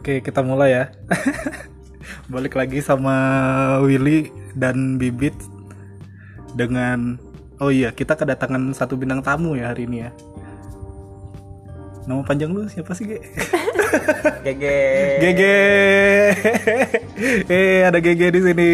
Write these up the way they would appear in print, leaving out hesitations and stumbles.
Oke, kita mulai ya. Balik lagi sama Willy dan Bibit dengan kita kedatangan satu bintang tamu ya hari ini ya. Nama panjang lu siapa sih, Ge? Gege. Gege. Ada Gege di sini.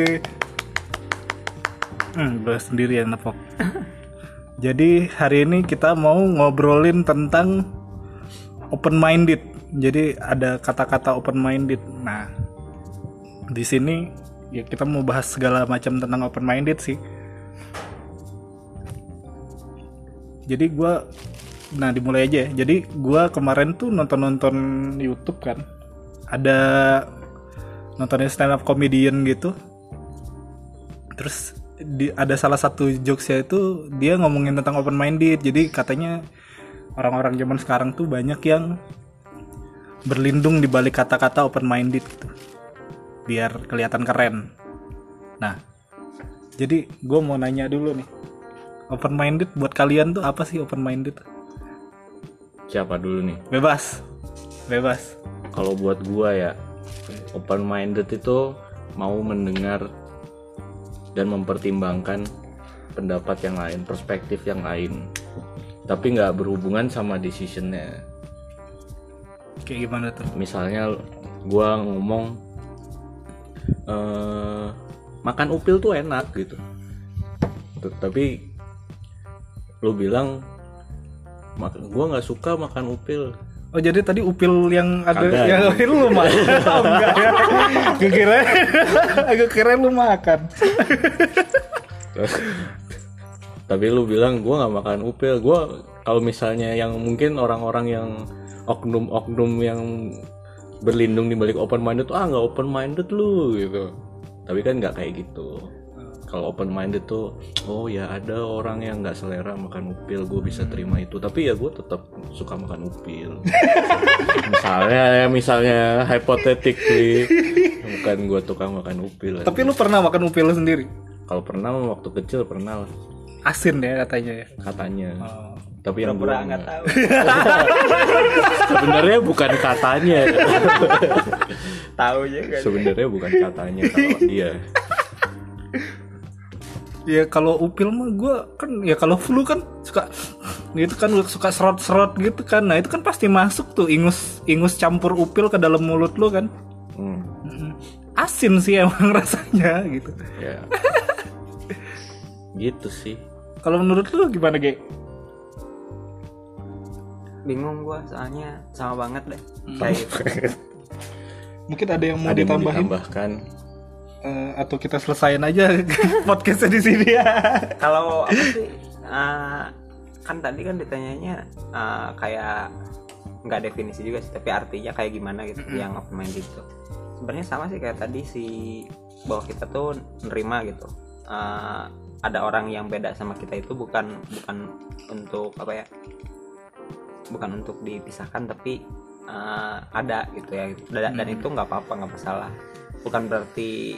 Gue sendiri yang nepok. Jadi hari ini kita mau ngobrolin tentang open minded. Jadi ada kata-kata open minded. Nah, di sini ya kita mau bahas segala macam tentang open minded sih. Jadi dimulai aja ya. Jadi gue kemarin tuh nonton YouTube kan. Ada nontonnya stand up comedian gitu. Terus ada salah satu jokesnya itu dia ngomongin tentang open minded. Jadi katanya orang-orang zaman sekarang tuh banyak yang berlindung di balik kata-kata open minded gitu, biar kelihatan keren. Nah, jadi gue mau nanya dulu nih, open minded buat kalian tuh apa sih open minded? Siapa dulu nih? Bebas. Kalau buat gua ya, open minded itu mau mendengar dan mempertimbangkan pendapat yang lain, perspektif yang lain, tapi nggak berhubungan sama decisionnya. Kayak gimana tuh? Misalnya gua ngomong makan upil tuh enak gitu, tapi lu bilang gua nggak suka makan upil. Oh, jadi tadi upil yang ada Kagak, yang lu makan? Oh, enggak ya? Gue kira lu makan. Tapi lu bilang gua nggak makan upil. Gua kalau misalnya yang mungkin orang-orang yang oknum yang berlindung di balik open minded tuh nggak open minded lu gitu. Tapi kan nggak kayak gitu. Kalau open minded tuh ya ada orang yang nggak selera makan upil, gue bisa terima itu. Tapi ya gue tetap suka makan upil. misalnya hypothetically bukan gue tukang makan upil. Tapi lu pernah makan upil sendiri? Kalau pernah waktu kecil pernah lah. Asin ya katanya ya. Katanya. Oh. Tapi yang gue nggak tahu. Sebenarnya bukan katanya. Tahu juga. Sebenarnya bukan katanya kalau dia. Ya kalau upil mah gue kan ya kalau flu kan suka gitu kan, suka serot-serot gitu kan. Nah itu kan pasti masuk tuh ingus campur upil ke dalam mulut lu kan. Asin sih emang rasanya gitu. Ya. Gitu sih. Kalau menurut lu gimana, Ge? Bingung gua soalnya sama banget deh. Kayak gitu. Mungkin ada yang mau Ada yang mau ditambahin? ditambahkan? Atau kita selesain aja podcastnya di sini ya. Kalau apa sih? Kan tadi kan ditanyanya kayak nggak definisi juga sih, tapi artinya kayak gimana gitu yang open minded itu. Sebenarnya sama sih kayak tadi bahwa kita tuh nerima gitu. Ada orang yang beda sama kita itu bukan untuk apa ya? Bukan untuk dipisahkan, tapi ada gitu ya. Dan itu nggak apa-apa, nggak masalah. Bukan berarti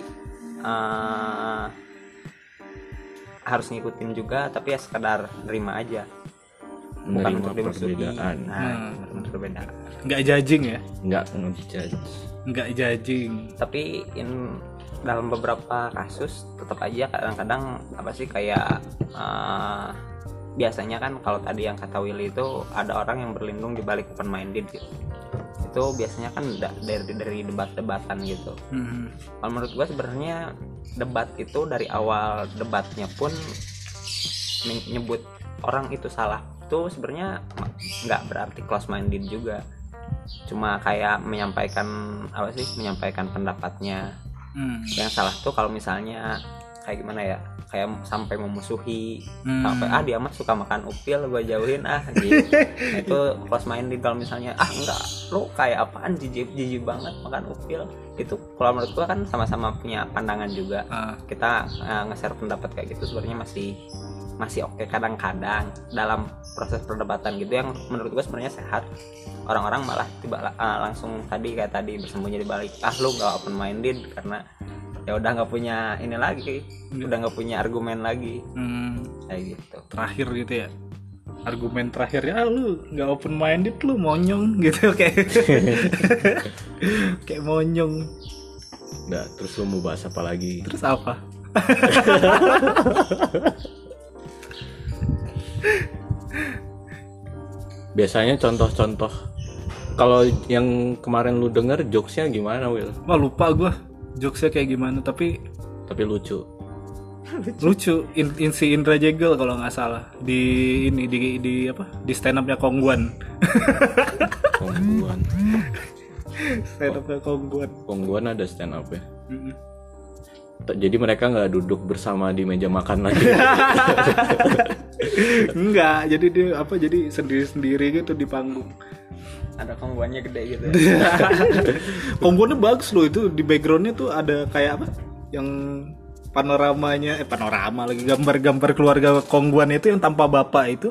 harus ngikutin juga, tapi ya sekedar nerima aja. Bukan Menerima untuk dimusuhi. perbedaan. Menerima perbedaan. Nggak judging ya? Nggak ngejudge. Nggak judging. Tapi dalam beberapa kasus tetap aja kadang-kadang apa sih kayak biasanya kan kalau tadi yang kata Willy itu ada orang yang berlindung di balik open minded gitu. Itu biasanya kan dari debat-debatan gitu. Kalau menurut gue sebenarnya debat itu dari awal debatnya pun menyebut orang itu salah itu sebenarnya nggak berarti close minded juga. Cuma kayak menyampaikan pendapatnya. Yang salah tuh kalau misalnya kayak gimana ya, kayak sampai memusuhi, sampai dia mah suka makan upil, gue jauhin gitu. Nah, itu close minded. Kalau misalnya enggak, lo kayak apaan, jijik banget makan upil, itu kalau menurut gue kan sama-sama punya pandangan juga. Kita nge-share pendapat kayak gitu sebenarnya masih oke kadang-kadang dalam proses perdebatan gitu, yang menurut gue sebenarnya sehat. Orang-orang malah langsung kayak tadi bersembunyi di balik lo nggak open minded karena ya udah nggak punya ini lagi, udah nggak punya argumen lagi, kayak gitu. Terakhir gitu ya. argumen terakhirnya lu nggak open minded, lu monyong gitu kayak kayak monyong. Udah, terus lu mau bahas apa lagi? Terus apa? Biasanya contoh-contoh kalau yang kemarin lu denger jokesnya gimana, Will? Wah, lupa gue jokesnya kayak gimana, tapi lucu. Si Indra Jegel kalau nggak salah di ini di apa di stand upnya Kongguan. Stand upnya Kongguan ada stand up ya. Jadi mereka nggak duduk bersama di meja makan lagi. Enggak, jadi dia jadi sendiri-sendiri gitu di panggung. Ada kongguannya gede gitu ya. Kongguannya bagus loh, itu di backgroundnya tuh ada kayak apa yang panorama lagi, gambar-gambar keluarga Kongguan itu yang tanpa bapak itu.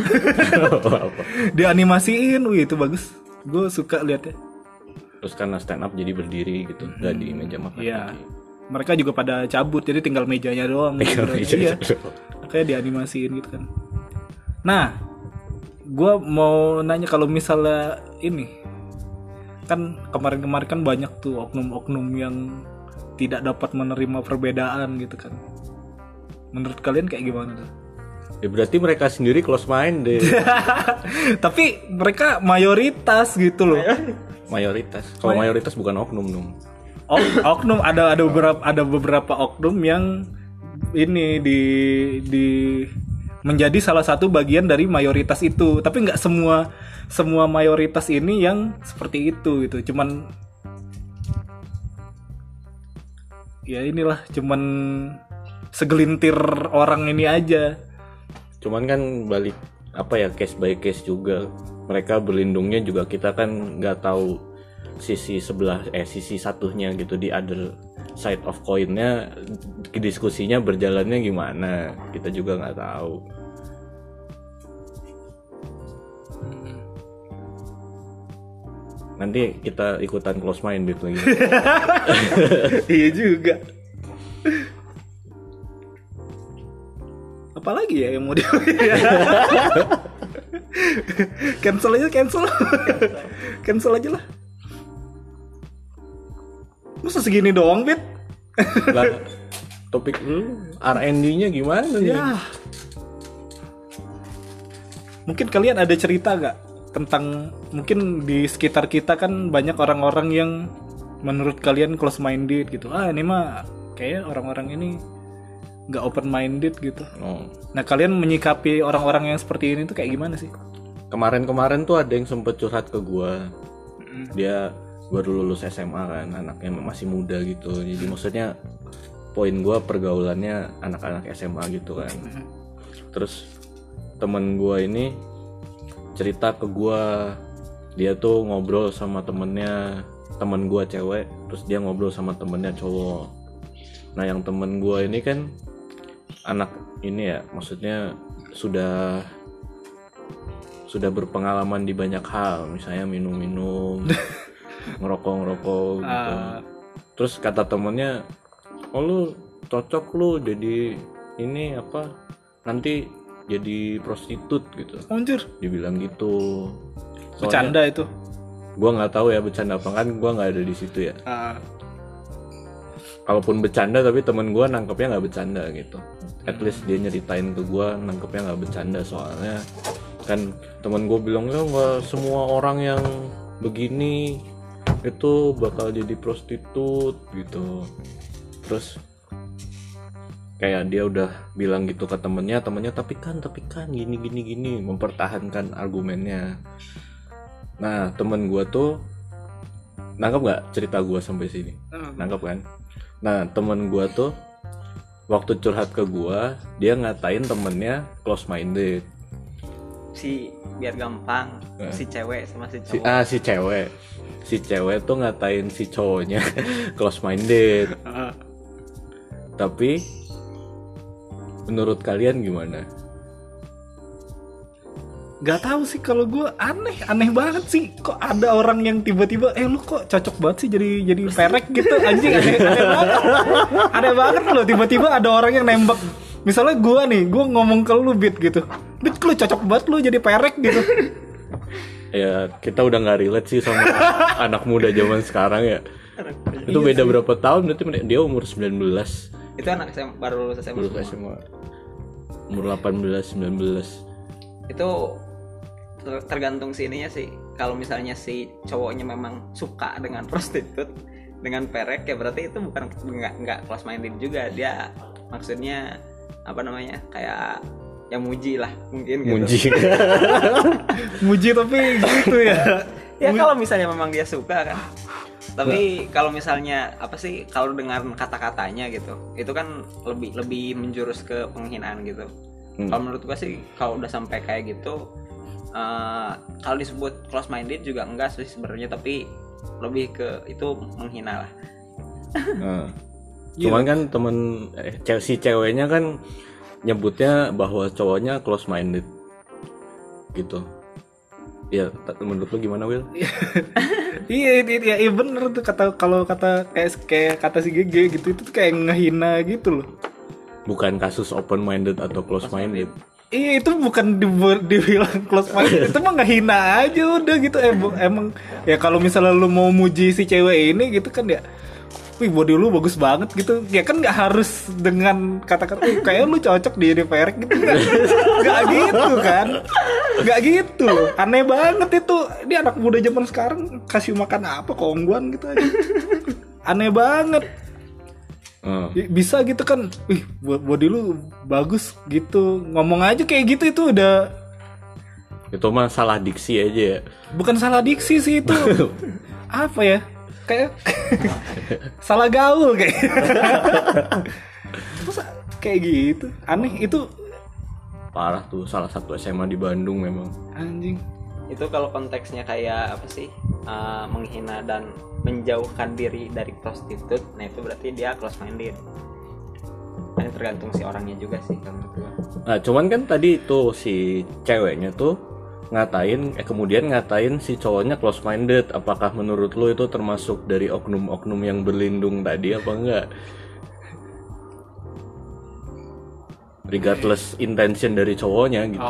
Dianimasiin, itu bagus. Gue suka liatnya. Terus karena stand up jadi berdiri gitu, nggak di meja makan lagi. Mereka juga pada cabut, jadi tinggal mejanya doang. Iya. Kayak dianimasiin gitu kan. Nah, gue mau nanya, kalau misalnya ini kan kemarin kan banyak tuh oknum-oknum yang tidak dapat menerima perbedaan gitu kan. Menurut kalian kayak gimana tuh? Ya berarti mereka sendiri close minded. Tapi mereka mayoritas gitu loh. Mayoritas. Kalau mayoritas bukan oknum dong. Oknum ada beberapa oknum yang ini di menjadi salah satu bagian dari mayoritas itu. Tapi nggak semua mayoritas ini yang seperti itu gitu. Cuman ya inilah, cuman segelintir orang ini aja. Cuman kan balik case by case juga. Mereka berlindungnya juga kita kan nggak tahu sisi satunya gitu, di other side of coinnya diskusinya berjalannya gimana, kita juga nggak tahu. Nanti kita ikutan close minded lagi. Iya juga. Apalagi ya yang mau cancel aja lah. Masa segini doang, Bit? Lah, topik lu R&D-nya gimana nih? Ya. Mungkin kalian ada cerita gak tentang, mungkin di sekitar kita kan banyak orang-orang yang menurut kalian close minded gitu. Ini mah kayak orang-orang ini nggak open minded gitu. Nah, kalian menyikapi orang-orang yang seperti ini tuh kayak gimana sih? Kemarin tuh ada yang sempet curhat ke gua. Dia baru lulus SMA kan, anaknya masih muda gitu. Jadi maksudnya poin gua pergaulannya anak-anak SMA gitu kan. Terus temen gua ini cerita ke gua, dia tuh ngobrol sama temen gua cewek, terus dia ngobrol sama temennya cowok. Nah, yang temen gua ini kan anak ini ya, maksudnya sudah berpengalaman di banyak hal, misalnya minum-minum, ngerokok gitu. Terus kata temennya, lu cocok lu jadi ini nanti jadi prostitut gitu. Anjir. Dibilang gitu. Bercanda itu. Gua nggak tahu ya bercanda apa, kan gua nggak ada di situ ya. Kalaupun bercanda, tapi temen gue nangkepnya nggak bercanda gitu. At least dia nyeritain ke gue, nangkepnya nggak bercanda, soalnya kan temen gue bilang ya nggak semua orang yang begini itu bakal jadi prostitut gitu. Terus kayak dia udah bilang gitu ke temennya tapi kan gini mempertahankan argumennya. Nah, temen gue tuh nangkep nggak cerita gue sampai sini? Nangkep kan? Nah, temen gue tuh waktu curhat ke gue, dia ngatain temennya close minded. Biar gampang, si cewek sama si cowok. Si cewek tuh ngatain si cowoknya close minded. Tapi menurut kalian gimana? Gak tahu sih, kalau gue aneh banget sih, kok ada orang yang tiba-tiba lu kok cocok banget sih jadi perek gitu, anjing. Aneh banget loh, tiba-tiba ada orang yang nembak. Misalnya gue ngomong ke lu, Bit, gitu, Dit, lu cocok banget lu jadi perek gitu. Ya kita udah nggak relate sih sama anak muda zaman sekarang ya. Itu beda berapa tahun berarti dia umur 19. Itu anak SMA, baru lulus SMA. Lulus SMA. Umur 18 19. Itu tergantung si ininya sih. Kalau misalnya si cowoknya memang suka dengan prostitut, dengan perek, ya berarti itu bukan nggak close minded juga. Dia maksudnya apa namanya, kayak yang muji lah mungkin gitu. Muji. Muji tapi gitu ya. Ya kalau misalnya memang dia suka kan. Tapi kalau misalnya apa sih, kalau dengar kata-katanya gitu, itu kan lebih menjurus ke penghinaan gitu. Kalau menurut gua sih kalau udah sampai kayak gitu, kalau disebut close minded juga enggak sih sebenarnya, tapi lebih ke itu menghina lah. Cuman kan si ceweknya kan nyebutnya bahwa cowoknya close minded gitu. Ya, menurut lu gimana, Will? Iya bener tuh, kalau kata kayak kata si GG gitu, itu tuh kayak ngehina gitu loh. Bukan kasus open minded atau close minded. Iya, itu bukan dibilang close minded, itu mah ngehina aja udah gitu. Emang ya kalau misalnya lu mau muji si cewek ini gitu kan ya, wih body lu bagus banget gitu, ya kan nggak harus dengan kata-kata kayak lu cocok di perek gitu, nggak gitu kan, nggak gitu, aneh banget itu. Dia anak muda zaman sekarang kasih makan apa kongguan gitu aja, aneh banget. Bisa gitu kan, wih body lu bagus gitu, ngomong aja kayak gitu, itu udah, itu mah salah diksi aja ya. bukan salah diksi sih itu. Apa ya, kayak salah gaul kayak. Masa kayak gitu, aneh itu. Parah tuh, salah satu SMA di Bandung memang. Anjing. Itu kalau konteksnya kayak apa sih, menghina dan menjauhkan diri dari prostitut, nah itu berarti dia close minded. Ini tergantung si orangnya juga sih kalau menurut gua. Nah, cuman kan tadi tuh si ceweknya tuh kemudian ngatain si cowoknya close minded. Apakah menurut lo itu termasuk dari oknum-oknum yang berlindung tadi apa enggak? Regardless intention dari cowoknya gitu.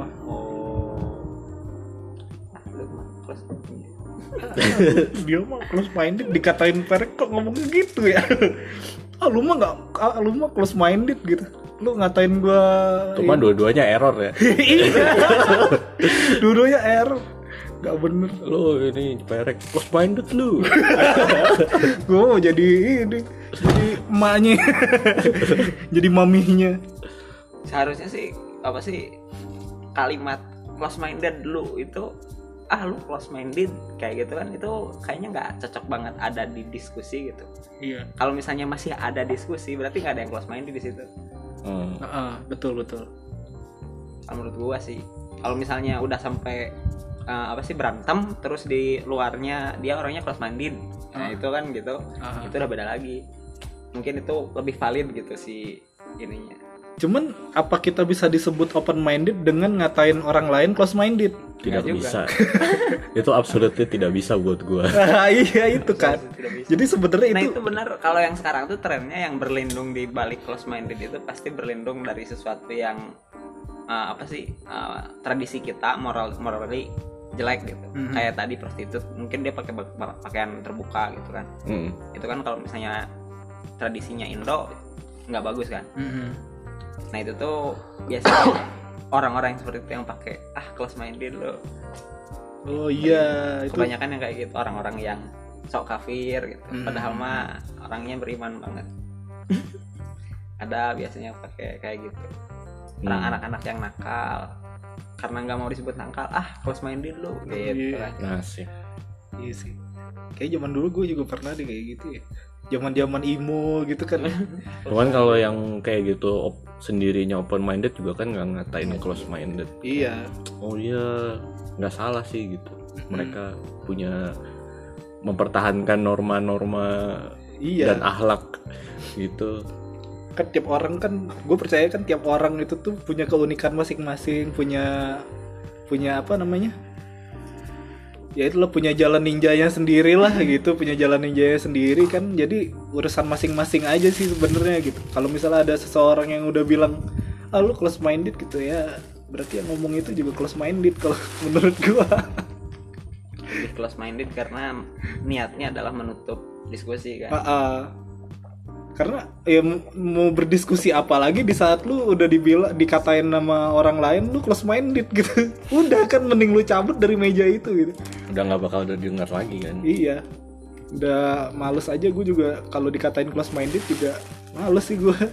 Dia mah close minded, dikatain perek kok ngomongnya gitu ya. Lu mah close minded gitu. Lu ngatain gua. Cuma dua-duanya error ya. Iya. Dua-duanya error. Gak bener. Lu ini perek close minded lu. Gua mau jadi emaknya. Jadi maminya. Seharusnya sih apa sih kalimat close minded lu itu, lu close minded kayak gitu kan, itu kayaknya nggak cocok banget ada di diskusi gitu. Iya. Kalau misalnya masih ada diskusi berarti nggak ada yang close minded di situ. Betul. Kalau menurut gua sih, kalau misalnya udah sampai berantem terus di luarnya dia orangnya close minded, nah itu kan gitu, itu udah beda lagi. Mungkin itu lebih valid gitu sih ininya. Cuman apa kita bisa disebut open minded dengan ngatain orang lain close minded? Tidak bisa. Itu absolutely tidak bisa buat gua. Iya itu kan. Jadi sebenarnya itu benar, kalau yang sekarang tuh trennya yang berlindung di balik close minded itu pasti berlindung dari sesuatu yang tradisi kita, morally jelek gitu. Kayak tadi prostitut, mungkin dia pakai pakaian terbuka gitu kan. Itu kan kalau misalnya tradisinya Indo nggak bagus kan. Nah itu tuh biasanya orang-orang yang seperti itu yang pakai close minded loh. Oh iya, itu kebanyakan yang kayak gitu, orang-orang yang sok kafir gitu. Padahal mah orangnya beriman banget. Ada biasanya pakai kayak gitu. Orang anak-anak yang nakal, karena nggak mau disebut nakal, close minded loh gitu kan. Nasib. Iya sih. Kayak zaman dulu gue juga pernah deh kayak gitu ya. Zaman emo gitu kan. Cuman kalau yang kayak gitu sendirinya open minded juga kan nggak ngatain close minded. Iya. Oh iya, nggak salah sih gitu. Mereka punya mempertahankan norma-norma dan akhlak gitu. Kan tiap orang kan, gue percaya kan tiap orang itu tuh punya keunikan masing-masing, punya apa namanya? Ya itulah, punya jalan ninjanya sendiri lah gitu, punya jalan ninjanya sendiri kan. Jadi urusan masing-masing aja sih sebenarnya gitu. Kalau misalnya ada seseorang yang udah bilang lu close minded gitu ya, berarti yang ngomong itu juga close minded kalau menurut gua. Lebih close minded karena niatnya adalah menutup diskusi kan. Karena ya mau berdiskusi apa lagi di saat lu udah dikatain nama orang lain lu close minded gitu. Udah kan mending lu cabut dari meja itu gitu. Udah nggak bakal didengar lagi kan. Iya. Udah males aja gue juga kalau dikatain close minded juga males sih gue.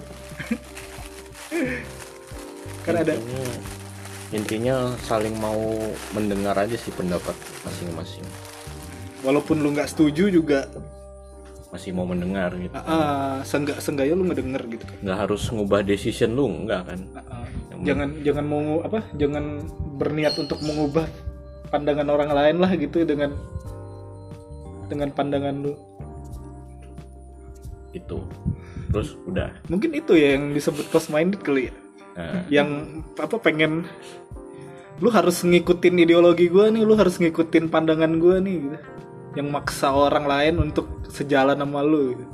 Karena ada intinya saling mau mendengar aja sih pendapat masing-masing. Walaupun lu nggak setuju juga masih mau mendengar gitu. Seenggaknya lu ngedenger gitu kan. Nggak harus ngubah decision lu, enggak kan. Jangan mau jangan berniat untuk mengubah pandangan orang lain lah gitu dengan pandangan lu. Itu. Terus udah. Mungkin itu ya yang disebut close minded kali ya. Yang pengen lu harus ngikutin ideologi gue nih, lu harus ngikutin pandangan gue nih gitu. Yang maksa orang lain untuk sejalan sama lu gitu.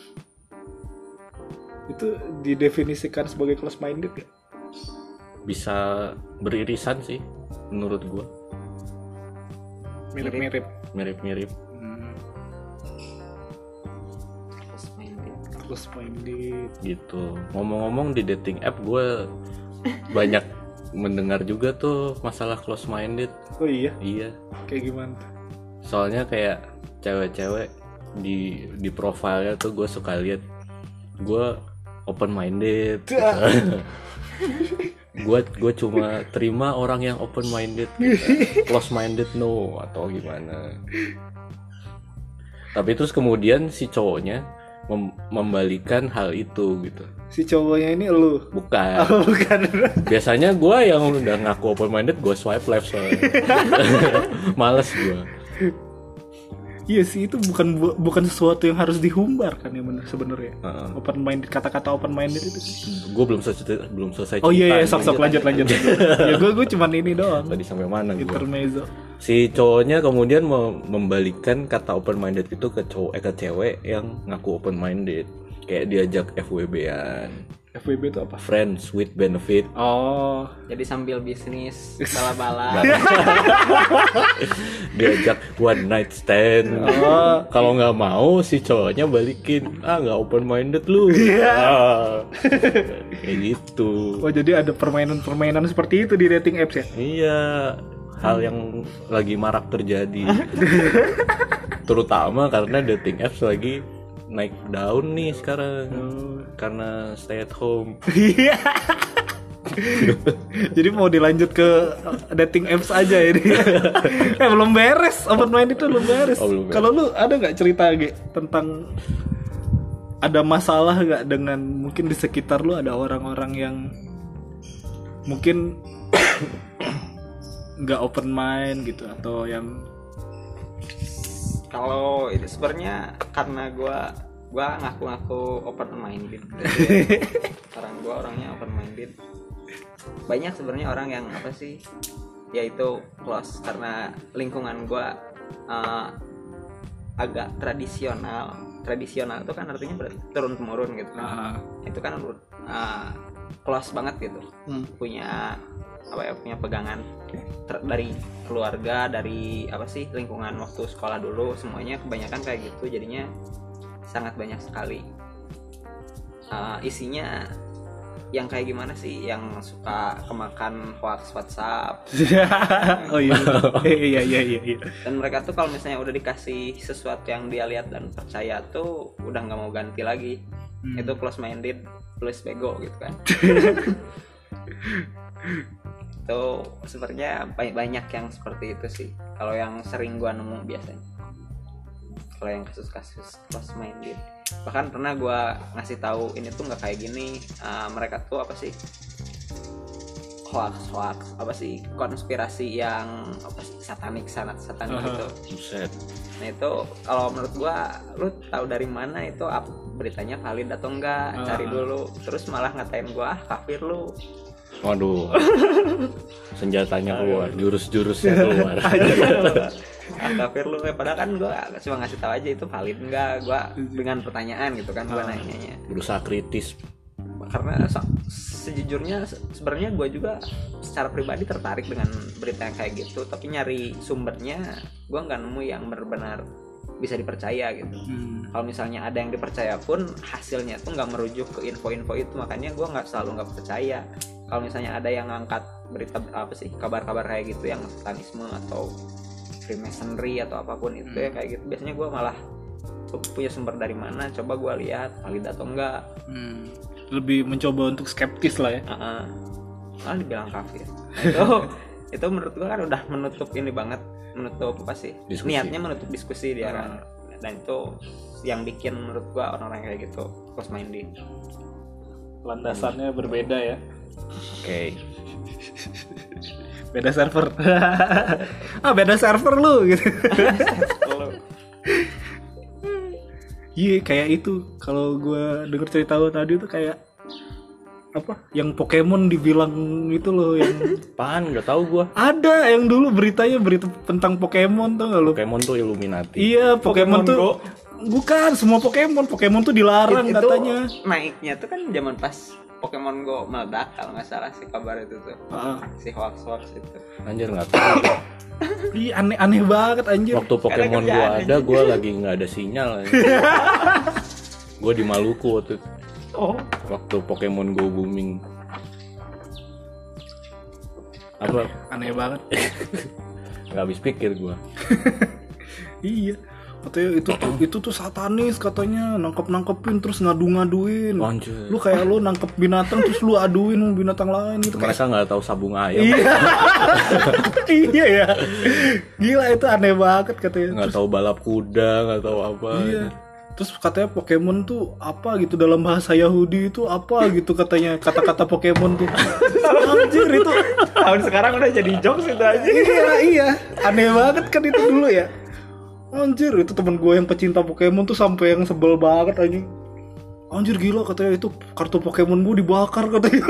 Itu didefinisikan sebagai close minded ya? Bisa beririsan sih menurut gua. Mirip-mirip close minded gitu. Ngomong-ngomong di dating app gue banyak mendengar juga tuh masalah close minded. Oh iya? Iya. Kayak gimana? Soalnya kayak cewek-cewek di profilnya tuh gue suka lihat gue open minded. Gue cuma terima orang yang open minded, close minded no atau gimana. Tapi terus kemudian si cowoknya membalikan hal itu gitu. Si cowoknya ini lu? Bukan. Oh, bukan. Biasanya gue yang udah ngaku open minded gue swipe left soalnya. Males gue. Iya sih, itu bukan sesuatu yang harus dihumbar kan ya benar sebenarnya. Open minded, kata-kata open minded itu sih. Gue belum selesai. Oh iya, sok lanjut. Ya gue cuman ini doang. Tadi sampai mana gue? Intermezzo. Si cowoknya kemudian membalikan kata open minded itu ke cewek yang ngaku open minded. Kayak diajak FWB-an. FWB itu apa? Friends with benefit. Oh. Jadi sambil bisnis bala-bala. Diajak one night stand. Oh. Kalau nggak mau si cowoknya balikin. Nggak open minded lu. Kayak gitu. Oh jadi ada permainan seperti itu di dating apps ya? Iya. Hal yang lagi marak terjadi. Terutama karena dating apps lagi naik daun nih sekarang. Karena stay at home. Jadi mau dilanjut ke dating apps aja ini. Belum beres, open mind itu belum beres. Kalau lu ada nggak cerita tentang ada masalah nggak dengan mungkin di sekitar lu ada orang-orang yang mungkin nggak open mind gitu atau yang kalau itu sebenarnya karena gue ngaku-ngaku open minded. Gue orangnya open minded. Banyak sebenarnya orang yang apa sih? Yaitu close karena lingkungan gue agak tradisional. Tradisional itu kan artinya berarti turun temurun gitu kan. Itu kan close banget gitu. Punya pegangan dari keluarga, dari lingkungan waktu sekolah dulu, semuanya kebanyakan kayak gitu, jadinya sangat banyak sekali isinya yang kayak gimana sih, yang suka kemakan hoax WhatsApp. Oh iya. Dan mereka tuh kalau misalnya udah dikasih sesuatu yang dia lihat dan percaya tuh udah nggak mau ganti lagi. Itu close minded plus bego gitu kan. Itu sebenarnya banyak yang seperti itu sih. Kalau yang sering gua nemu biasanya. Kalau yang kasus-kasus close minded. Bahkan pernah gua ngasih tahu ini tuh nggak kayak gini. Mereka tuh hoax konspirasi yang satanik gitu. Buset. Nah itu kalau menurut gua, lu tahu dari mana itu beritanya valid atau enggak? Cari dulu. Terus malah ngatain gua kafir lu. Waduh. Senjatanya keluar, jurus-jurusnya keluar. Kafir lu, padahal kan gue cuma ngasih tahu aja itu valid enggak, gue dengan pertanyaan gitu kan, gue nanyanya berusaha kritis karena sejujurnya sebenarnya gue juga secara pribadi tertarik dengan berita yang kayak gitu, tapi nyari sumbernya gue nggak nemu yang benar-benar bisa dipercaya gitu. Kalau misalnya ada yang dipercaya pun hasilnya tuh nggak merujuk ke info-info itu, makanya gue nggak percaya. Kalau misalnya ada yang ngangkat berita apa sih, kabar-kabar kayak gitu yang satanisme atau Freemasonry atau apapun itu ya kayak gitu, biasanya gue malah punya sumber dari mana, coba gue lihat valid atau enggak. Lebih mencoba untuk skeptis lah ya. Malah dibilang kafir. Nah, itu menurut gue kan udah menutup ini banget, menutup apa sih diskusi. Niatnya menutup diskusi dia kan. Dan itu yang bikin menurut gue orang-orang kayak gitu close minded. Landasannya berbeda ya. Oke. Beda server. Beda server lu gitu. Iya kayak itu, kalau gue denger cerita lo tadi tuh kayak apa yang Pokemon dibilang itu loh yang Apaan? Gak tahu gue. ada yang dulu berita tentang Pokemon, tuh nggak lo? Pokemon tuh Illuminati. Iya Pokemon tuh Go. Bukan semua Pokemon tuh dilarang itu katanya. Naiknya tuh kan zaman pas Pokemon Go meledak kalau nggak salah sih kabar itu tuh. Si hoax itu. Anjir nggak tahu. Iya aneh banget anjir. Waktu Pokemon gue ada, gue lagi nggak ada sinyal. Gue di Maluku waktu itu. Waktu Pokemon Go booming. Apa? Aneh banget. Nggak habis pikir gue. Iya. Katanya itu tuh satanis katanya, nangkepin terus ngadu-ngaduin. Anjir. Lu kayak lu nangkep binatang terus lu aduin binatang lain gitu. Mereka nggak tahu sabung ayam. Iya ya. Gila itu aneh banget katanya. Nggak tahu balap kuda, nggak tahu apa. Iya. Terus katanya Pokemon tuh apa gitu dalam bahasa Yahudi itu apa gitu katanya, kata-kata Pokemon tuh. Anjir itu Tahun sekarang udah jadi jokes itu aja. Iya. Aneh banget kan itu dulu ya. Anjir itu temen gue yang pecinta Pokemon tuh sampai yang sebel banget anjing. Anjir gila katanya itu kartu Pokemon gue dibakar katanya.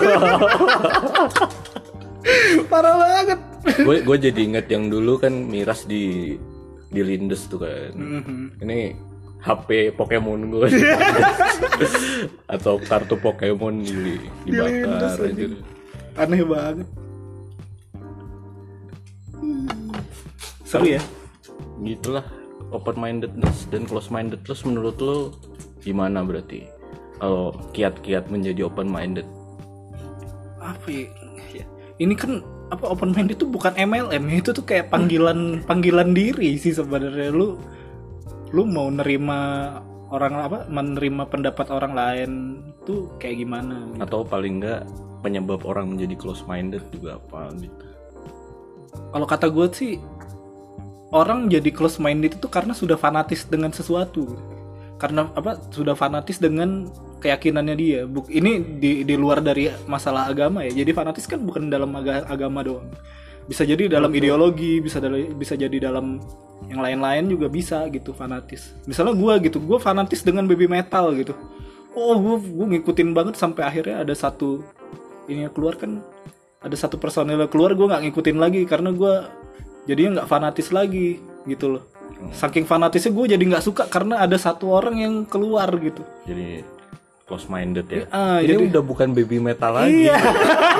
Parah banget. Gue jadi inget yang dulu kan miras di Lindes tuh kan. Ini HP Pokemon gue atau kartu Pokemon dibakar anjir. Aneh banget. Seru ya. Gitulah open mindedness dan close mindedness menurut lo gimana berarti kalau kiat-kiat menjadi open minded? Apa ya? Ini kan apa open minded itu bukan MLM, itu tuh kayak panggilan diri sih sebenarnya. Lu mau menerima pendapat orang lain tuh kayak gimana gitu. Atau paling enggak penyebab orang menjadi close minded juga apa gitu. Kalau kata gue sih orang jadi close minded itu karena sudah fanatis dengan sesuatu. Karena sudah fanatis dengan keyakinannya dia. Ini di luar dari masalah agama ya. Jadi fanatis kan bukan dalam agama doang. Bisa jadi dalam ideologi, bisa jadi dalam yang lain-lain juga bisa gitu fanatis. Misalnya gue fanatis dengan baby metal gitu. Gue ngikutin banget sampai akhirnya ada satu ini keluar kan, ada satu personil keluar, gue nggak ngikutin lagi karena gue jadinya nggak fanatis lagi gitu loh. Saking fanatisnya gue jadi nggak suka karena ada satu orang yang keluar gitu. Jadi close minded ya. Jadi udah bukan baby metal lagi. Iya.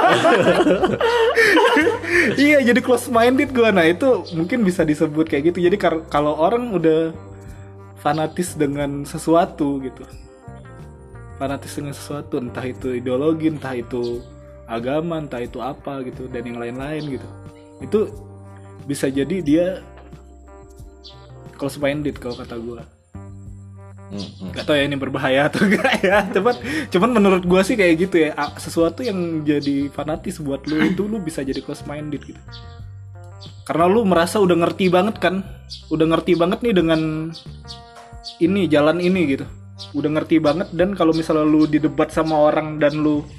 Iya jadi close minded gue. Nah itu mungkin bisa disebut kayak gitu. Jadi kalau orang udah fanatis dengan sesuatu gitu, fanatis dengan sesuatu, entah itu ideologi, entah itu agama, entah itu apa gitu, dan yang lain-lain gitu, itu bisa jadi dia close minded kalau kata gue. Gak tau ya ini berbahaya atau enggak ya. Cuman menurut gue sih kayak gitu ya. Sesuatu yang jadi fanatis buat lu itu lu bisa jadi close minded gitu. Karena lu merasa udah ngerti banget kan, udah ngerti banget nih dengan ini jalan ini gitu, udah ngerti banget. Dan kalau misalnya lu didebat sama orang dan lu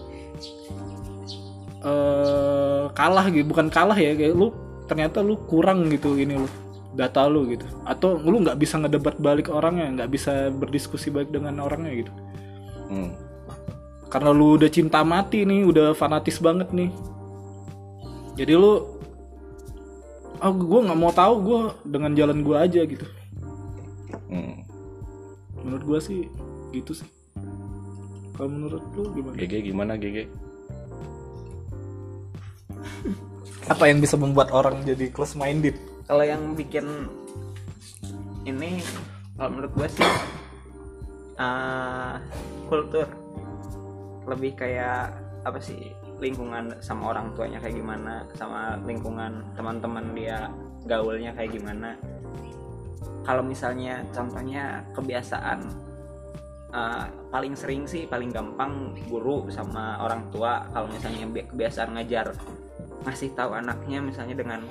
kalah gitu, bukan kalah ya, kayak lu ternyata lu kurang gitu ini lu data lu gitu, atau lu nggak bisa ngedebat balik orangnya, nggak bisa berdiskusi balik dengan orangnya gitu. Karena lu udah cinta mati nih, udah fanatis banget nih, jadi lu gue nggak mau tahu, gue dengan jalan gue aja gitu. Menurut gue sih gitu sih. Kalau menurut lu gimana? GG gimana GG? Apa yang bisa membuat orang jadi close minded? Kalau yang bikin ini, kalau menurut gue sih kultur, lebih kayak apa sih, lingkungan sama orang tuanya kayak gimana, sama lingkungan teman-teman dia gaulnya kayak gimana. Kalau misalnya contohnya kebiasaan, paling sering sih paling gampang guru sama orang tua. Kalau misalnya kebiasaan ngajar, ngasih tahu anaknya misalnya dengan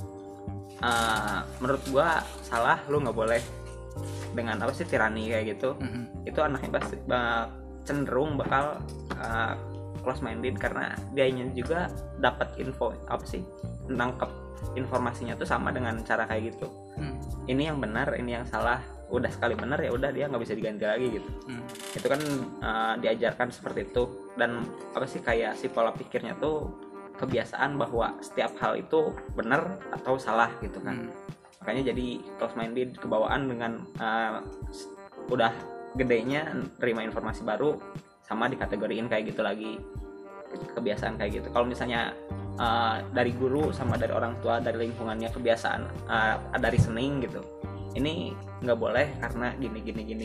menurut gua salah, lu nggak boleh dengan apa sih, tirani kayak gitu. Itu anaknya pasti cenderung bakal close minded, karena dianya juga dapat info apa sih, nangkep informasinya tuh sama dengan cara kayak gitu. Ini yang benar, ini yang salah. Udah sekali benar ya udah, dia nggak bisa diganti lagi gitu. Itu kan diajarkan seperti itu. Dan apa sih, kayak si pola pikirnya tuh kebiasaan bahwa setiap hal itu benar atau salah gitu kan. Makanya jadi close minded, kebawaan dengan udah gedenya terima informasi baru, sama dikategoriin kayak gitu lagi, kebiasaan kayak gitu. Kalau misalnya dari guru sama dari orang tua, dari lingkungannya kebiasaan dari reasoning gitu, ini nggak boleh karena gini,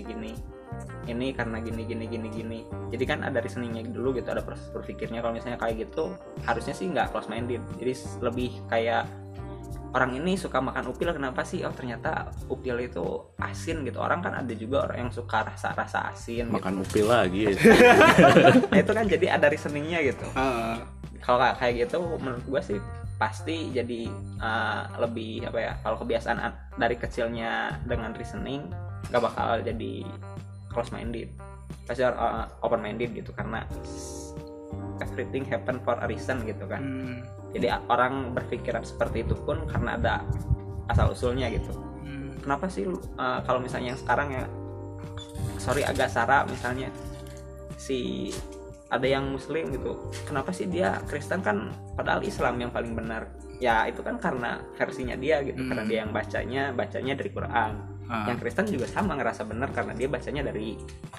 ini karena gini. Jadi kan ada reasoningnya dulu gitu, ada proses berpikirnya. Kalau misalnya kayak gitu, harusnya sih nggak close minded. Jadi lebih kayak, orang ini suka makan upil, kenapa sih? Oh ternyata upil itu asin gitu. Orang kan ada juga orang yang suka rasa asin Makan gitu. upil lagi ya. Nah itu kan jadi ada reasoningnya gitu. Kalau kayak gitu menurut gue sih pasti jadi lebih apa ya, kalau kebiasaan dari kecilnya dengan reasoning gak bakal jadi close minded, pasti open minded gitu, karena everything happen for a reason gitu kan. Jadi orang berpikiran seperti itu pun karena ada asal usulnya gitu. Kenapa sih kalau misalnya yang sekarang ya, agak sara misalnya, si ada yang muslim gitu, kenapa sih dia Kristen, kan padahal Islam yang paling benar. Ya itu kan karena versinya dia gitu, karena dia yang bacanya dari Quran. Yang Kristen juga sama ngerasa benar karena dia bacanya dari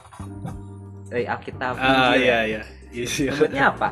Alkitab. Iya. Sebutnya apa?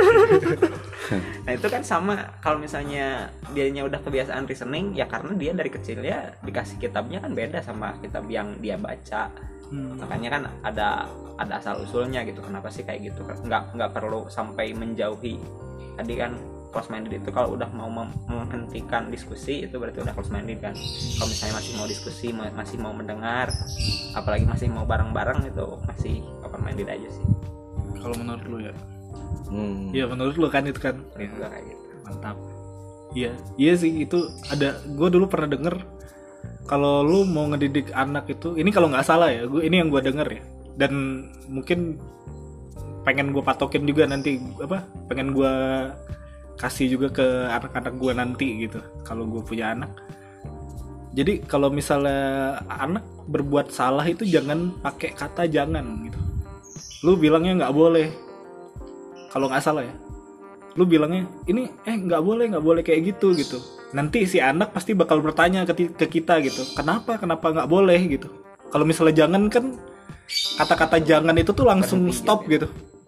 Nah itu kan sama, kalau misalnya dianya udah kebiasaan reasoning, ya karena dia dari kecilnya dikasih kitabnya kan beda sama kitab yang dia baca. Makanya kan ada asal usulnya gitu, kenapa sih kayak gitu. Nggak perlu sampai menjauhi. Tadi kan close minded itu kalau udah mau menghentikan diskusi, itu berarti udah close minded kan. Kalau misalnya masih mau diskusi, masih mau mendengar, apalagi masih mau bareng-bareng, itu masih open minded aja sih. Kalau menurut lu ya? Iya menurut lu kan itu kan? Itu kayak gitu. Mantap. Iya sih, itu ada. Gue dulu pernah denger, kalau lu mau ngedidik anak itu, ini kalau nggak salah ya, ini yang gue denger ya, dan mungkin pengen gue patokin juga nanti, pengen gue kasih juga ke anak-anak gue nanti gitu, kalau gue punya anak. Jadi kalau misalnya anak berbuat salah itu jangan pakai kata jangan gitu. Lu bilangnya nggak boleh, kalau nggak salah ya, lu bilangnya ini nggak boleh kayak gitu. Nanti si anak pasti bakal bertanya ke kita gitu, kenapa nggak boleh gitu. Kalau misalnya jangan kan, kata-kata jangan itu tuh langsung stop gitu.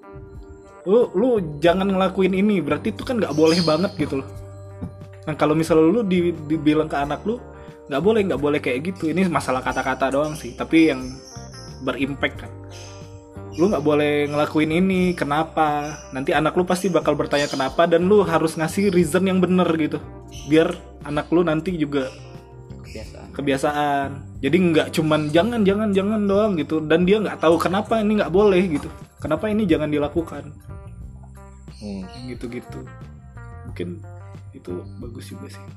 Lu jangan ngelakuin ini, berarti itu kan nggak boleh banget gitu loh. Nah kalau misalnya lu dibilang ke anak lu nggak boleh kayak gitu, ini masalah kata-kata doang sih, tapi yang berimpact kan. Lu nggak boleh ngelakuin ini, kenapa? Nanti anak lu pasti bakal bertanya kenapa, dan lu harus ngasih reason yang bener gitu, biar anak lu nanti juga kebiasaan. Jadi nggak cuman jangan doang gitu, dan dia nggak tahu kenapa ini nggak boleh gitu, kenapa ini jangan dilakukan. Gitu. Mungkin itu bagus juga sih.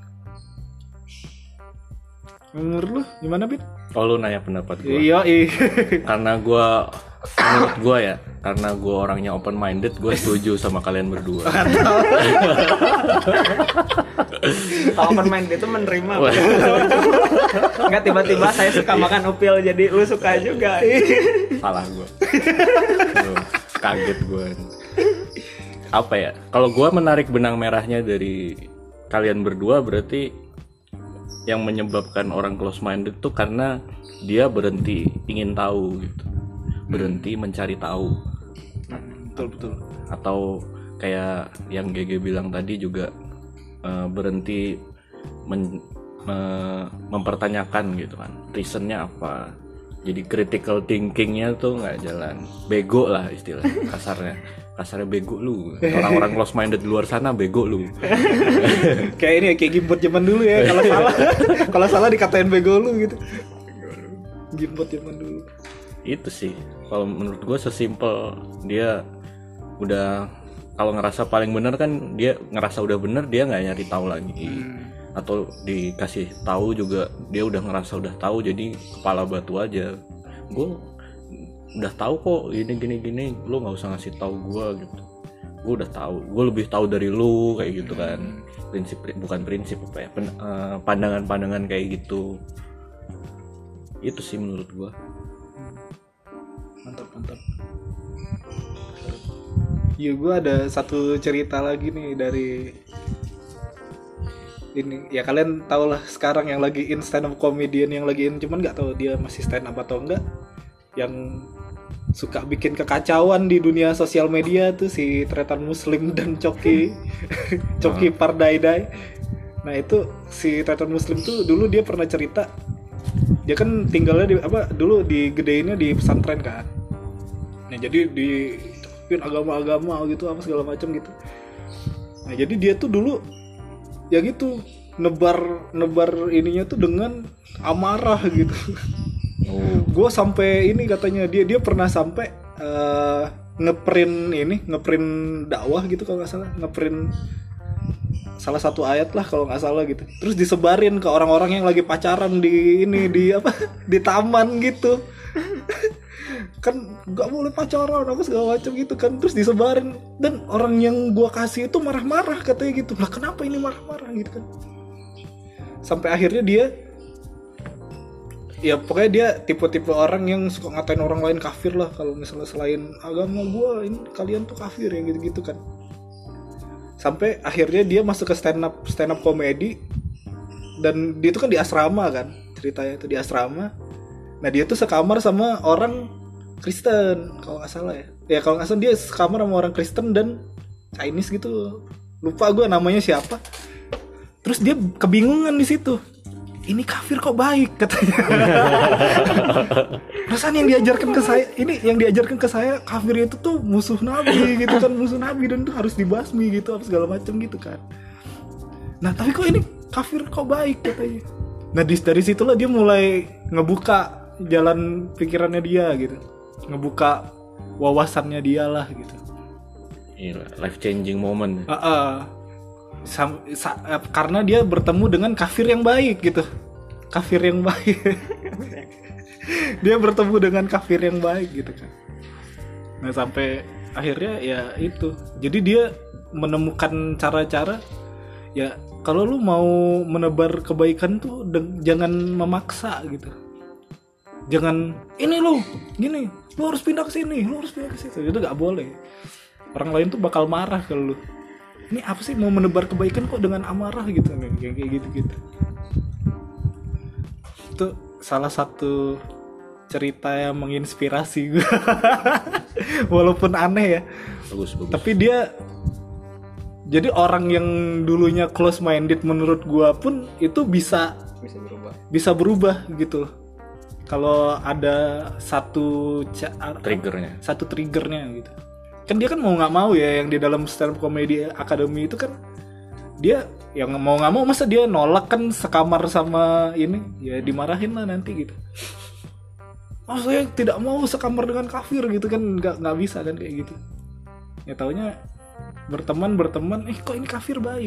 Menurut lu gimana, Bit? Oh, lu nanya pendapat gue. Iya. Karena menurut gue ya, karena gue orangnya open minded, gue setuju sama kalian berdua. Kalau open minded itu menerima. Enggak tiba-tiba saya suka makan upil jadi lu suka juga. Salah gue. Kaget gue. Apa ya? Kalau gue menarik benang merahnya dari kalian berdua, berarti yang menyebabkan orang close minded tuh karena dia berhenti ingin tahu gitu, berhenti mencari tahu. betul. Atau kayak yang GG bilang tadi juga berhenti mempertanyakan gitu kan, reasonnya apa. Jadi critical thinkingnya tuh nggak jalan, bego lah istilah kasarnya bego lu. Orang-orang close minded di luar sana bego lu. Kayak ini ya, kayak gimbot zaman dulu ya, kalau salah dikatain bego lu gitu. Gimbot zaman dulu. Itu sih kalau menurut gue sesimpel dia udah, kalau ngerasa paling benar kan dia ngerasa udah benar, dia nggak nyari tahu lagi. Atau dikasih tahu juga dia udah ngerasa udah tahu, jadi kepala batu aja. Gue udah tahu kok gini, lu nggak usah ngasih tahu gue gitu. Gue udah tahu, gue lebih tahu dari lu kayak gitu kan. Prinsip apa ya, pandangan kayak gitu. Itu sih menurut gue. Mantap. Iya, gue ada satu cerita lagi nih dari ini. Ya kalian tau lah sekarang yang lagi in stand up comedian yang lagi in, cuman nggak tahu dia masih stand up atau enggak, yang suka bikin kekacauan di dunia sosial media tuh si Tretan Muslim dan Coki Pardaidai. Nah itu si Tretan Muslim tuh dulu dia pernah cerita, dia kan tinggalnya di dulu digedeinnya di pesantren kan. Nah jadi di agama-agama gitu apa segala macam gitu. Nah jadi dia tuh dulu ya gitu nebar ininya tuh dengan amarah gitu. Gue sampai ini katanya dia pernah sampai ngeprint dakwah gitu kalau nggak salah, ngeprint salah satu ayat lah kalau nggak salah gitu, terus disebarin ke orang-orang yang lagi pacaran di taman gitu. Kan nggak boleh pacaran apa segala macam gitu kan, terus disebarin, dan orang yang gua kasih itu marah-marah katanya gitu. Lah kenapa ini marah-marah gitu kan, sampai akhirnya dia ya pokoknya dia tipe-tipe orang yang suka ngatain orang lain kafir lah kalau misalnya selain agama gua, ini kalian tuh kafir ya gitu-gitu kan. Sampai akhirnya dia masuk ke stand up comedy, dan dia tuh kan di asrama kan, ceritanya itu di asrama. Nah dia tuh sekamar sama orang Kristen kalau nggak salah ya kalau nggak salah dia sekamar sama orang Kristen dan Chinese gitu, lupa gue namanya siapa. Terus dia kebingungan di situ, ini kafir kok baik katanya. Perasaan yang diajarkan ke saya kafir itu tuh musuh nabi gitu kan, musuh nabi dan tuh harus dibasmi gitu apa segala macam gitu kan. Nah tapi kok ini kafir kok baik katanya. Nah dari situlah dia mulai ngebuka jalan pikirannya dia gitu, ngebuka wawasannya dia lah gitu. Life changing moment. Karena dia bertemu dengan kafir yang baik gitu. Kafir yang baik. Dia bertemu dengan kafir yang baik gitu kan. Nah sampai akhirnya ya itu. Jadi dia menemukan cara-cara ya, kalau lu mau menebar kebaikan tuh jangan memaksa gitu. Jangan ini lu gini, lu harus pindah ke sini, lu harus pindah ke situ. Itu enggak boleh. Orang lain tuh bakal marah kalau lu. Ini apa sih mau menebar kebaikan kok dengan amarah gitu nih, kayak gitu. Itu salah satu cerita yang menginspirasi gue. Walaupun aneh ya. Bagus. Tapi dia jadi orang yang dulunya close minded menurut gue pun itu bisa berubah gitu. Kalau ada satu triggernya gitu. Kan dia kan mau nggak mau ya, yang di dalam stand up comedy academy itu kan dia yang mau nggak mau, masa dia nolak kan sekamar sama ini, ya dimarahin lah nanti gitu. Oh saya tidak mau sekamar dengan kafir gitu kan, nggak bisa kan kayak gitu. Ya taunya berteman kok ini kafir baik.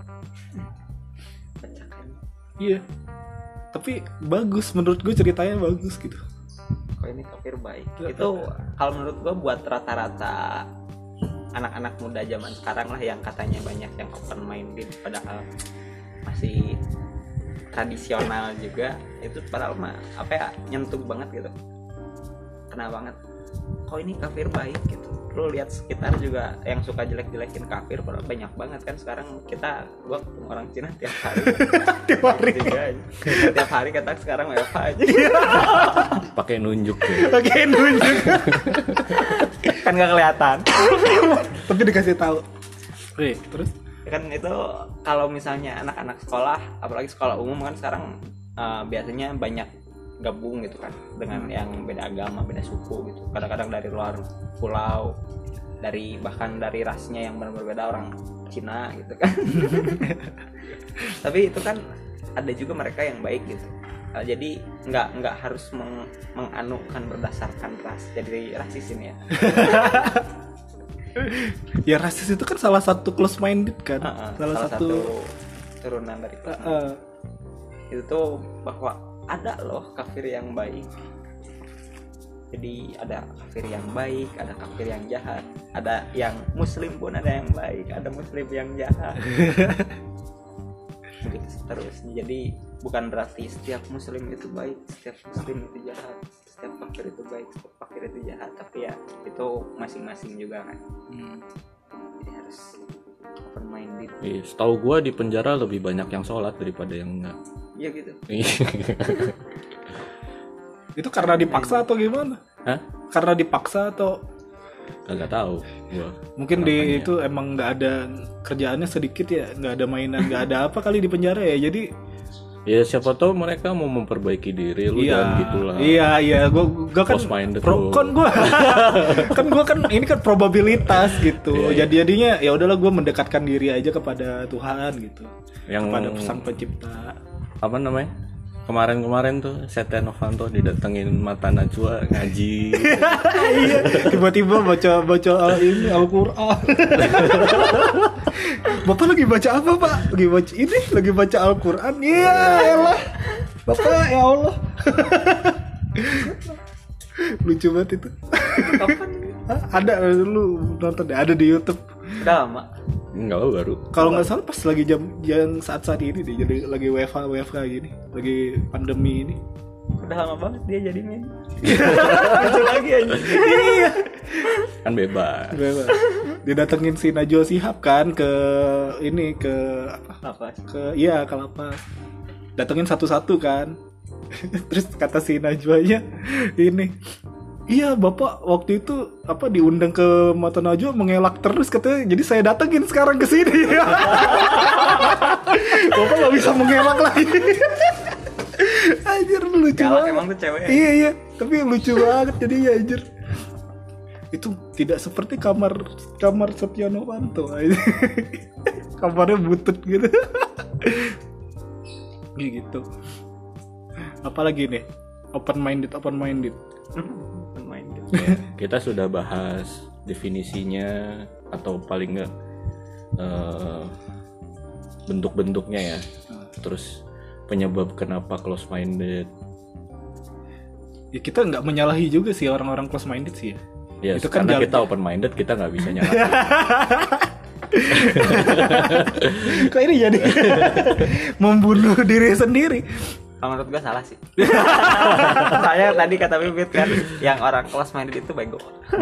Iya. Tapi bagus, menurut gue ceritanya bagus gitu. Kok ini kafir baik. Itu kalau menurut gue buat rata-rata anak-anak muda zaman sekarang lah, yang katanya banyak yang open minded padahal masih tradisional juga, itu padahal mah apa ya, nyentuh banget gitu. Kena banget. Kok ini kafir baik gitu. Lu lihat sekitar juga yang suka jelek-jelekin kafir padahal banyak banget kan sekarang. Gua ketemu orang Cina tiap hari. Tiap hari kata sekarang WFH aja. Pakai nunjuk. kan nggak kelihatan. Tapi dikasih tahu. Oke, terus Kan itu kalau misalnya anak-anak sekolah, apalagi sekolah umum kan sekarang biasanya banyak gabung gitu kan dengan yang beda agama, beda suku gitu. Kadang-kadang dari luar pulau, bahkan dari rasnya yang benar-benar beda, orang Cina gitu kan. Tapi itu kan ada juga mereka yang baik gitu. Jadi nggak harus menganukan berdasarkan ras, jadi rasis ini ya. ya rasis itu kan salah satu close minded kan. Salah satu turunan dari itu tuh, bahwa ada loh kafir yang baik. Jadi ada kafir yang baik, ada kafir yang jahat, ada yang muslim pun ada yang baik, ada muslim yang jahat. Begitu terus. Jadi bukan berarti setiap muslim itu baik, setiap muslim itu jahat, setiap kafir itu baik, setiap kafir itu jahat. Tapi ya itu masing-masing juga kan. Jadi harus open minded. Setahu gue di penjara lebih banyak yang sholat daripada yang enggak. Iya gitu. Itu karena dipaksa atau gimana? Hah? Karena dipaksa atau Kagak tahu gua. mungkin di itu emang nggak ada kerjaannya sedikit ya, nggak ada mainan, nggak ada apa kali di penjara ya. Jadi Ya siapa tahu mereka mau memperbaiki diri, lu jangan gitulah. Iya, gua kan Close minded gua kan ini kan probabilitas gitu. Iya. Jadinya ya udahlah, gua mendekatkan diri aja kepada Tuhan gitu. Yang Kepada Sang Pencipta. apa namanya? Kemarin tuh Setia Novanto didatengin Mata Najwa ngaji. Iya, tiba-tiba baca ini Al-Qur'an. Bapak lagi baca apa, Pak? Lagi baca Al-Qur'an. Iya, elah. Bapak, ya Allah. Lucu banget itu. Kapan? Hah? Ada lu nonton deh, ada di YouTube. Udah lama. Enggak lo baru. Kalau nggak salah pas lagi jam saat ini deh, jadi lagi WFH gini, lagi pandemi ini. Udah lama banget dia jadi main. Lucu lagi aja. Iya. Kan bebas. Didatengin si Najwa Shihab kan ke Apa? Ke lapas. Datengin satu-satu kan. Terus kata si Najwanya ini, iya Bapak waktu itu diundang ke Mata Najwa mengelak terus katanya, jadi saya datengin sekarang ke sini. Bapak nggak bisa mengelak lagi. Anjir, lucu Galak banget. emang tuh cewek. Iya, tapi lucu banget jadinya anjir. Itu tidak seperti kamar Setia Novanto. Kamarnya butut gitu. Gitu. Apalagi nih? Open minded. Ya, kita sudah bahas definisinya atau paling nggak bentuk-bentuknya ya. Terus penyebab kenapa close minded. Ya kita nggak menyalahi juga sih orang-orang close minded sih ya. Ya, itu kan karena kita open minded, kita nggak bisa nyalahin. Kok ini jadi membunuh diri sendiri? Kalau menurut gue salah sih. Saya tadi kata Bibit kan, yang orang close minded itu bego.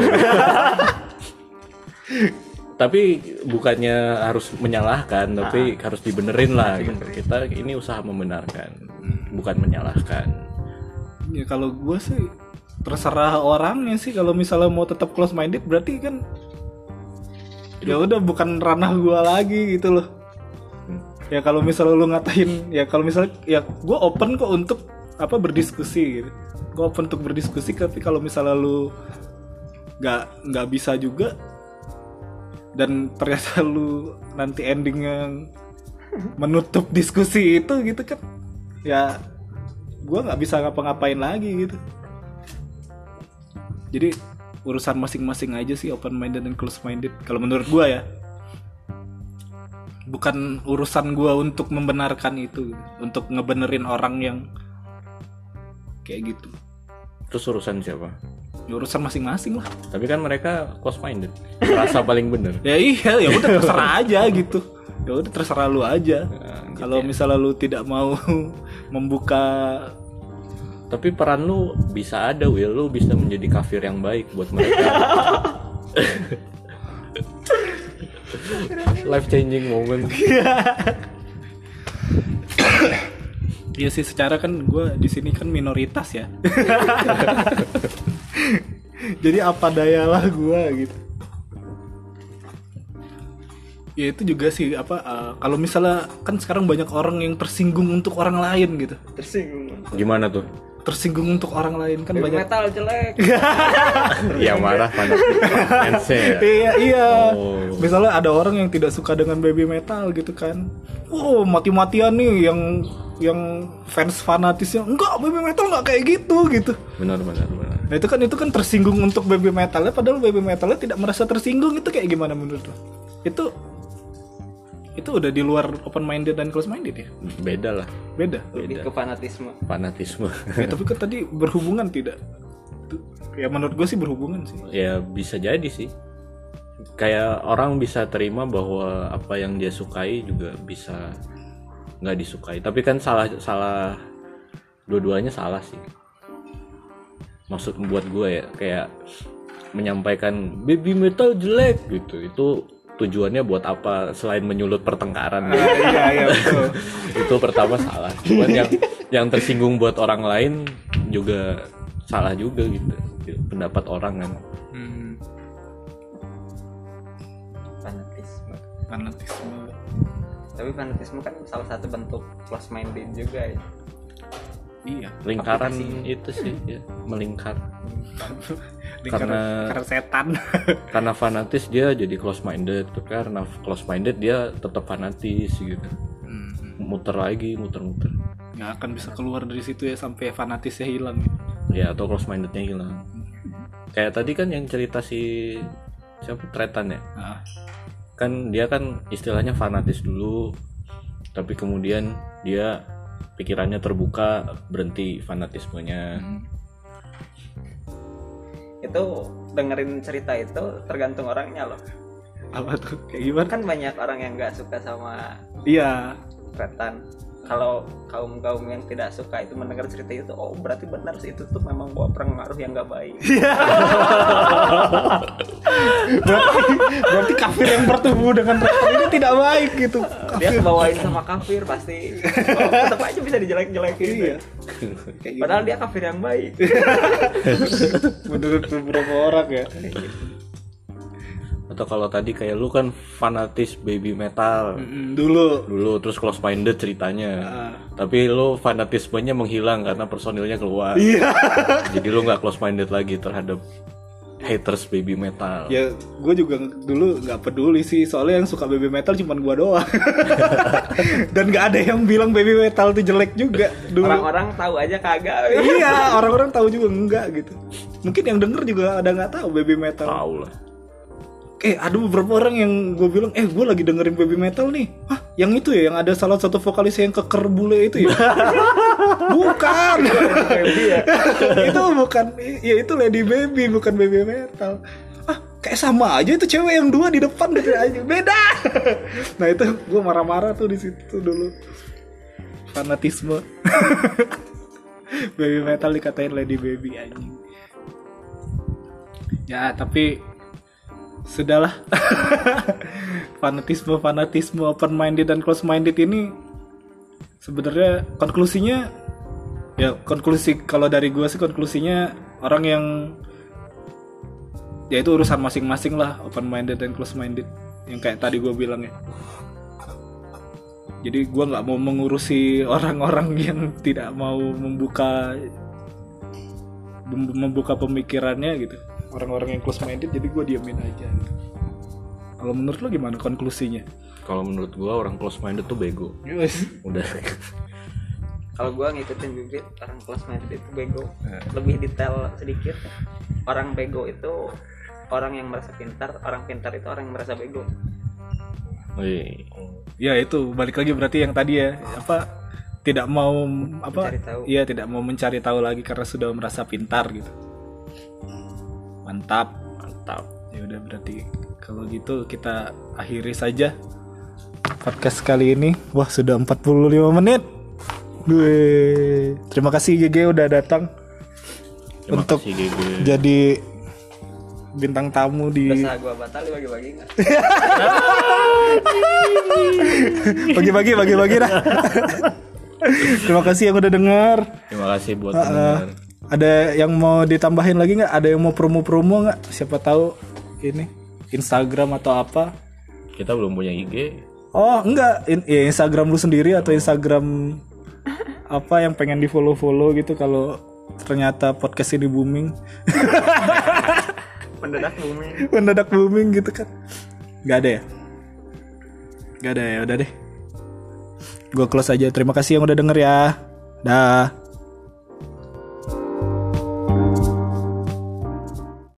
Tapi bukannya harus menyalahkan, tapi harus dibenerin lah gitu. Kita ini usaha membenarkan, bukan menyalahkan. Ya kalau gue sih terserah orangnya sih. Kalau misalnya mau tetap close minded berarti kan ya udah bukan ranah gue lagi gitu loh. Ya kalau misalnya lu ngatain, ya kalau misalnya ya gue open kok untuk berdiskusi gitu. Gue open untuk berdiskusi, tapi kalau misalnya lu nggak bisa juga dan ternyata lu nanti endingnya menutup diskusi itu gitu kan, ya gue nggak bisa ngapa-ngapain lagi gitu. Jadi urusan masing-masing aja sih, open minded dan close minded kalau menurut gue ya. Bukan urusan gue untuk membenarkan itu, untuk ngebenerin orang yang kayak gitu. Terus urusan siapa? Ya, urusan masing-masing lah. Tapi kan mereka close minded, merasa paling bener. Ya iya, ya udah terserah aja gitu. Ya udah terserah lu aja. Gitu Kalau ya. misalnya lu tidak mau membuka, Tapi peran lu bisa ada, Will. Lu bisa menjadi kafir yang baik buat mereka. Life changing moment. ya sih secara kan gue di sini kan minoritas ya. Jadi apa dayalah gue gitu. Ya itu juga sih kalau misalnya kan sekarang banyak orang yang tersinggung untuk orang lain gitu. Tersinggung. Gimana tuh? Tersinggung untuk orang lain kan Baby banyak. metal jelek. Yang marah fansnya ya? Iya. Oh. Misalnya ada orang yang tidak suka dengan baby metal gitu kan. Oh, mati-matian nih yang fans fanatisnya. Enggak, baby metal enggak kayak gitu. Benar. Nah, itu kan tersinggung untuk baby metalnya padahal baby metalnya tidak merasa tersinggung. Itu kayak gimana menurut lo? Itu udah di luar open minded dan close minded ya? Beda. Lebih ke fanatisme. Ya, tapi kan tadi berhubungan tidak? Ya menurut gue sih berhubungan sih. Ya bisa jadi sih. Kayak orang bisa terima bahwa apa yang dia sukai juga bisa nggak disukai. Tapi kan salah dua-duanya salah sih. Maksud buat gue ya kayak menyampaikan baby metal jelek gitu. Itu tujuannya buat apa selain menyulut pertengkaran? Iya betul. Itu pertama salah. Cuman yang tersinggung buat orang lain juga salah juga gitu. Pendapat orang kan. Fanatisme. Tapi fanatisme kan salah satu bentuk close minded juga ya. Iya. Lingkaran Aplikasi. itu sih ya, melingkar. Karena setan. Karena fanatis dia jadi close minded, karena close minded dia tetap fanatis gitu. Muter muter. Nggak akan bisa keluar dari situ ya sampai fanatisnya hilang. Ya atau close mindednya hilang. Kayak tadi kan yang cerita si siapa Tretan ya. Nah. Kan dia kan istilahnya fanatis dulu, tapi kemudian dia pikirannya terbuka, berhenti fanatismenya. Itu dengerin cerita itu tergantung orangnya loh. Apa tuh? Kayak gimana? Kan banyak orang yang nggak suka sama Iya. Tretan. Kalau kaum yang tidak suka itu mendengar cerita itu, oh berarti benar sih itu tuh memang bawa pengaruh yang nggak baik. berarti kafir yang bertemu dengan Tretan ini tidak baik gitu. Dia kebawain sama kafir pasti. Oh, tetap aja bisa dijelek-jelekin. Iya. Padahal dia kafir yang baik. Menurut beberapa orang ya. Atau kalau tadi kayak lu kan fanatis baby metal Dulu terus close minded ceritanya, tapi lu fanatismenya menghilang karena personilnya keluar. Iya. Jadi lu nggak close minded lagi terhadap haters baby metal. Ya gue juga dulu nggak peduli sih, soalnya yang suka baby metal cuman gue doang. Dan nggak ada yang bilang baby metal itu jelek juga dulu. Orang-orang tahu aja kagak. Iya, orang-orang tahu juga enggak gitu. Mungkin yang denger juga ada nggak tahu baby metal. Tahu lah. Ada beberapa orang yang gue bilang, gue lagi dengerin baby metal nih. Hah, yang itu ya, yang ada salah satu vokalis yang keker bule itu ya? Bukan. Itu bukan, ya itu Lady Baby, bukan baby metal. Kayak sama aja itu cewek yang dua di depan gitu aja, beda. Nah itu gue marah-marah tuh di situ dulu. Fanatisme. Baby metal dikatain Lady Baby anjing. Ya tapi sudahlah. fanatisme open minded dan close minded ini sebenarnya konklusi kalau dari gue sih konklusinya orang yang ya itu urusan masing-masing lah, open minded dan close minded yang kayak tadi gue bilang ya. Jadi gue nggak mau mengurusi orang-orang yang tidak mau membuka pemikirannya gitu, orang-orang yang close minded, jadi gue diamin aja. Kalau menurut lo gimana konklusinya? Kalau menurut gua orang close minded tuh bego. Yes. Udah. Kalau gue ngikutin bibit orang close minded itu bego. Lebih detail sedikit, orang bego itu orang yang merasa pintar, orang pintar itu orang yang merasa bego. Wih. Ya itu balik lagi berarti yang tadi ya, tidak mau Mencari tahu. Iya, tidak mau mencari tahu lagi karena sudah merasa pintar gitu. Mantap. Ya udah, berarti kalau gitu kita akhiri saja podcast kali ini. Wah, sudah 45 menit. Terima kasih GG udah datang. Terima untuk kasih, GG. jadi bintang tamu di Terserah gue batal bagi-bagi nggak? bagi-bagi dah. Terima kasih yang udah dengar. Terima kasih buat pendengar. Ada yang mau ditambahin lagi nggak? Ada yang mau promo-promo nggak? Siapa tahu ini Instagram atau apa? Kita belum punya IG. Oh enggak, ya Instagram lu sendiri atau Instagram apa yang pengen di follow gitu kalau ternyata podcast ini booming. Mendadak booming gitu kan. Nggak ada ya? Nggak ada ya, udah deh. Gue close aja. Terima kasih yang udah denger ya. Dah.